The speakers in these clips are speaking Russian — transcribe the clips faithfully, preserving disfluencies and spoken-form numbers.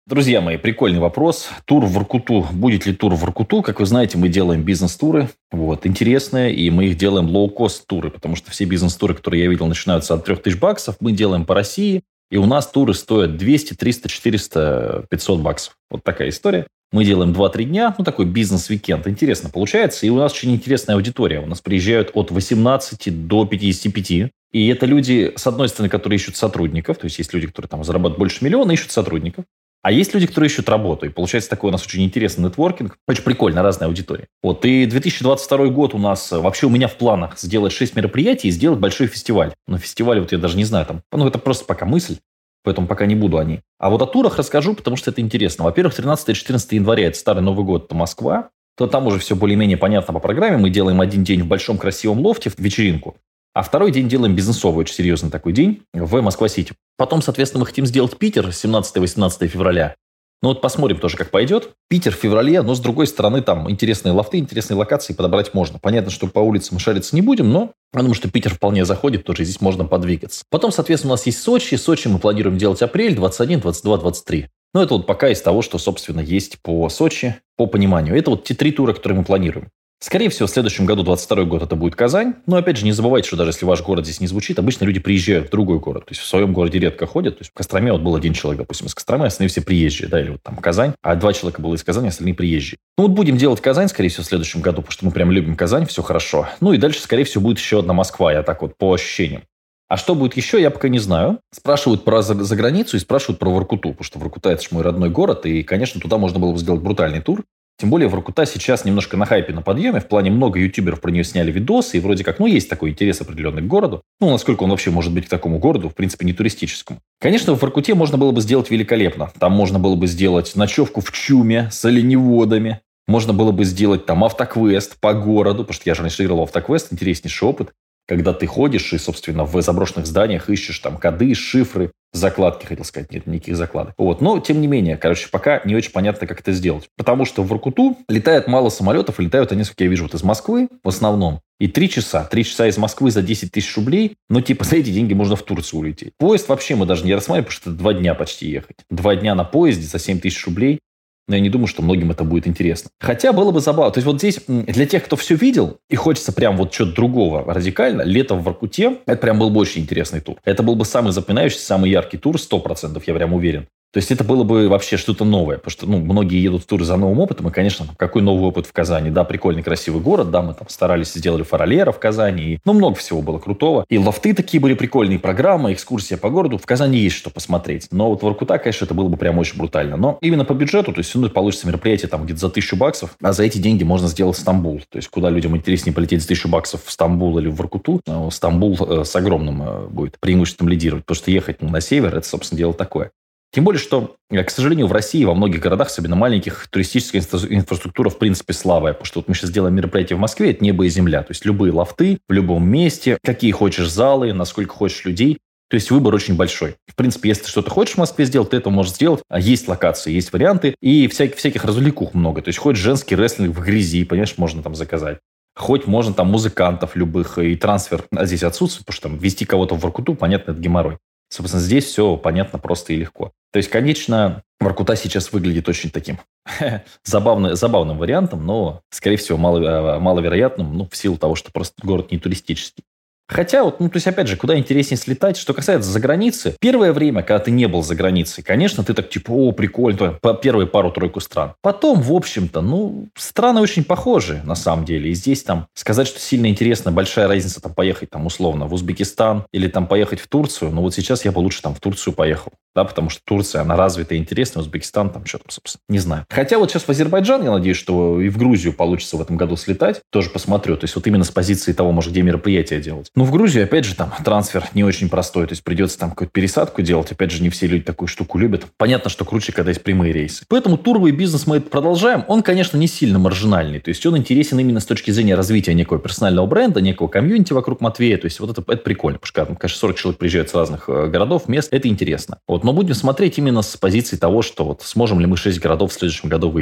Друзья мои, прикольный вопрос. Тур в Воркуту. Будет ли тур в Воркуту? Как вы знаете, мы делаем бизнес-туры. Вот, интересные. И мы их делаем лоу-кост туры. Потому что все бизнес-туры, которые я видел, начинаются от трех тысяч баксов. Мы делаем по России. И у нас туры стоят двести, триста, четыреста, пятьсот баксов. Вот такая история. Мы делаем два-три дня. Ну, такой бизнес-викенд. Интересно получается. И у нас очень интересная аудитория. У нас приезжают от восемнадцати до пятидесяти пяти. И это люди, с одной стороны, которые ищут сотрудников. То есть, есть люди, которые там зарабатывают больше миллиона, ищут сотрудников. А есть люди, которые ищут работу. И получается такой у нас очень интересный нетворкинг. Очень прикольно, разная аудитория. Вот. И две тысячи двадцать второй год у нас... Вообще у меня в планах сделать шесть мероприятий и сделать большой фестиваль. Но фестиваль, вот я даже не знаю, там... Ну, это просто пока мысль. Поэтому пока не буду о ней. А вот о турах расскажу, потому что это интересно. Во-первых, тринадцатого-четырнадцатого января, это Старый Новый год, это Москва. То там уже все более-менее понятно по программе. Мы делаем один день в большом красивом лофте, в вечеринку. А второй день делаем бизнесовый, очень серьезный такой день в Москва-Сити. Потом, соответственно, мы хотим сделать Питер семнадцатого-восемнадцатого февраля. Ну вот посмотрим тоже, как пойдет. Питер в феврале, но с другой стороны, там интересные лофты, интересные локации подобрать можно. Понятно, что по улицам шариться не будем, но я думаю, что Питер вполне заходит, тоже здесь можно подвигаться. Потом, соответственно, у нас есть Сочи. Сочи мы планируем делать апрель, двадцать один, двадцать два, двадцать три. Ну, это вот пока из того, что, собственно, есть по Сочи, по пониманию. Это вот те три тура, которые мы планируем. Скорее всего, в следующем году, двадцать второй год, это будет Казань. Но, опять же, не забывайте, что даже если ваш город здесь не звучит, обычно люди приезжают в другой город. То есть, в своем городе редко ходят. То есть, в Костроме вот был один человек, допустим, из Костромы, остальные все приезжие, да, или вот там Казань. А два человека было из Казани, остальные приезжие. Ну, вот будем делать Казань, скорее всего, в следующем году, потому что мы прям любим Казань, все хорошо. Ну, и дальше, скорее всего, будет еще одна Москва, я так вот по ощущениям. А что будет еще, я пока не знаю. Спрашивают про за, за границу и спрашивают про Воркуту, потому что Воркута – это же мой родной город, и, конечно, туда можно было бы сделать брутальный тур. Тем более, Воркута сейчас немножко на хайпе, на подъеме. В плане много ютуберов про нее сняли видосы. И вроде как, ну, есть такой интерес определенный к городу. Ну, насколько он вообще может быть к такому городу, в принципе, не туристическому. Конечно, в Воркуте можно было бы сделать великолепно. Там можно было бы сделать ночевку в чуме с оленеводами. Можно было бы сделать там автоквест по городу. Потому что я же раньше играл в автоквест. Интереснейший опыт. Когда ты ходишь и, собственно, в заброшенных зданиях ищешь там коды, шифры, закладки, хотел сказать, нет никаких закладок. Вот. Но, тем не менее, короче, пока не очень понятно, как это сделать. Потому что в Воркуту летает мало самолетов, и летают они, как я вижу, вот из Москвы в основном. И три часа. Три часа из Москвы за десять тысяч рублей. Ну, типа, за эти деньги можно в Турцию улететь. Поезд вообще мы даже не рассматриваем, потому что это два дня почти ехать. Два дня на поезде за семь тысяч рублей. Но я не думаю, что многим это будет интересно. Хотя было бы забавно. То есть, вот здесь для тех, кто все видел, и хочется прям вот что-то другого радикально, лето в Воркуте, это прям был бы очень интересный тур. Это был бы самый запоминающийся, самый яркий тур, сто процентов, я прям уверен. То есть, это было бы вообще что-то новое. Потому что, ну, многие едут в туры за новым опытом. И, конечно, какой новый опыт в Казани? Да, прикольный, красивый город. Да, мы там старались, сделали фаролера в Казани. И, ну, много всего было крутого. И лофты такие были прикольные, программы, экскурсия по городу. В Казани есть что посмотреть. Но вот в Воркута, конечно, это было бы прям очень брутально. Но именно по бюджету, то есть, ну, получится мероприятие там где-то за тысячу баксов. А за эти деньги можно сделать Стамбул. То есть, куда людям интереснее полететь за тысячу баксов в Стамбул или в Воркуту. Но Стамбул э, с огромным э, будет преимуществом лидировать. Потому что ехать ну, на север, это, собственно, дело такое. Тем более, что, к сожалению, в России, во многих городах, особенно маленьких, туристическая инфраструктура, в принципе, слабая. Потому что вот мы сейчас делаем мероприятие в Москве, это небо и земля. То есть, любые лофты в любом месте, какие хочешь залы, насколько хочешь людей. То есть, выбор очень большой. В принципе, если ты что-то хочешь в Москве сделать, ты это можешь сделать. Есть локации, есть варианты. И всяких, всяких развлекух много. То есть, хоть женский рестлинг в грязи, понимаешь, можно там заказать. Хоть можно там музыкантов любых. И трансфер здесь отсутствует, потому что там везти кого-то в Воркуту, понятно, это геморрой. Собственно, здесь все понятно, просто и легко. То есть, конечно, Воркута сейчас выглядит очень таким забавным, забавным вариантом, но, скорее всего, мало, маловероятным, ну, в силу того, что просто город не туристический. Хотя, вот, ну, то есть, опять же, куда интереснее слетать. Что касается за границы, первое время, когда ты не был за границей, конечно, ты так типа, о, прикольно, по первые пару-тройку стран. Потом, в общем-то, ну, страны очень похожи, на самом деле. И здесь там сказать, что сильно интересно, большая разница там поехать, там, условно, в Узбекистан или там поехать в Турцию. Ну, вот сейчас я бы лучше там в Турцию поехал. Да, потому что Турция, она развита и интересна, Узбекистан там что там, собственно, не знаю. Хотя вот сейчас в Азербайджан, я надеюсь, что и в Грузию получится в этом году слетать. Тоже посмотрю. То есть, вот именно с позиции того, может, где мероприятие делать. Ну, в Грузию, опять же, там трансфер не очень простой. То есть, придется там какую-то пересадку делать. Опять же, не все люди такую штуку любят. Понятно, что круче, когда есть прямые рейсы. Поэтому туровый бизнес мы продолжаем. Он, конечно, не сильно маржинальный. То есть, он интересен именно с точки зрения развития некого персонального бренда, некого комьюнити вокруг Матвея. То есть, вот это, это прикольно. Потому что, там, конечно, сорок человек приезжают с разных городов, мест. Это интересно. Вот. Но будем смотреть именно с позиции того, что вот сможем ли мы шесть городов в следующем году вывести.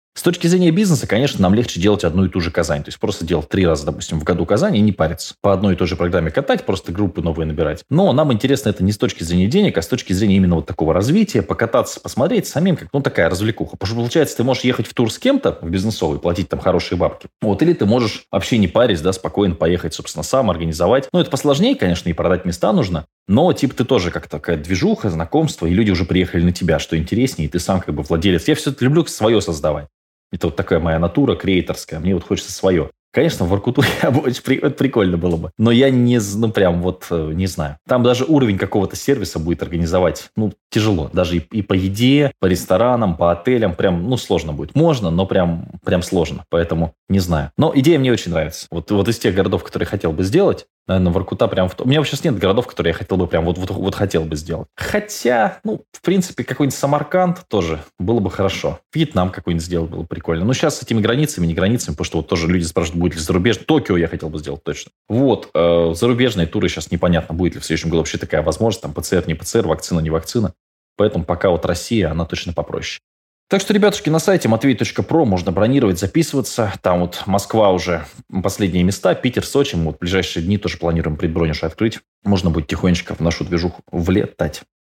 С точки зрения бизнеса, конечно, нам легче делать одну и ту же Казань. То есть просто делать три раза, допустим, в году Казань и не париться. По одной и той же программе катать, просто группы новые набирать. Но нам интересно это не с точки зрения денег, а с точки зрения именно вот такого развития, покататься, посмотреть самим, как, ну, такая развлекуха. Потому что, получается, ты можешь ехать в тур с кем-то, в бизнесовый, платить там хорошие бабки. Вот, или ты можешь вообще не парить, да, спокойно поехать, собственно, сам организовать. Ну, это посложнее, конечно, и продать места нужно. Но, типа, ты тоже как такая движуха, знакомство, и люди уже приехали на тебя, что интереснее, и ты сам как бы владелец. Я все это люблю свое создавать. Это вот такая моя натура креаторская. Мне вот хочется свое. Конечно, в Воркуту очень прикольно было бы. Но я не, ну, прям вот не знаю. Там даже уровень какого-то сервиса будет организовать, ну, тяжело. Даже и, и по еде, по ресторанам, по отелям. Прям, ну, сложно будет. Можно, но прям, прям сложно. Поэтому не знаю. Но идея мне очень нравится. Вот, вот из тех городов, которые я хотел бы сделать, наверное, Воркута прям... В... У меня сейчас нет городов, которые я хотел бы прям вот, вот, вот хотел бы сделать. Хотя, ну, в принципе, какой-нибудь Самарканд тоже было бы хорошо. Вьетнам какой-нибудь сделать было бы прикольно. Но сейчас с этими границами, не границами, потому что вот тоже люди спрашивают, будет ли зарубежный. Токио я хотел бы сделать точно. Вот. Э, зарубежные туры сейчас непонятно, будет ли в следующем году вообще такая возможность. Там ПЦР, не ПЦР, вакцина, не вакцина. Поэтому пока вот Россия, она точно попроще. Так что, ребятушки, на сайте матвей точка про можно бронировать, записываться. Там вот Москва уже последние места, Питер, Сочи. Мы вот в ближайшие дни тоже планируем предбронь уже открыть. Можно будет тихонечко в нашу движуху влетать.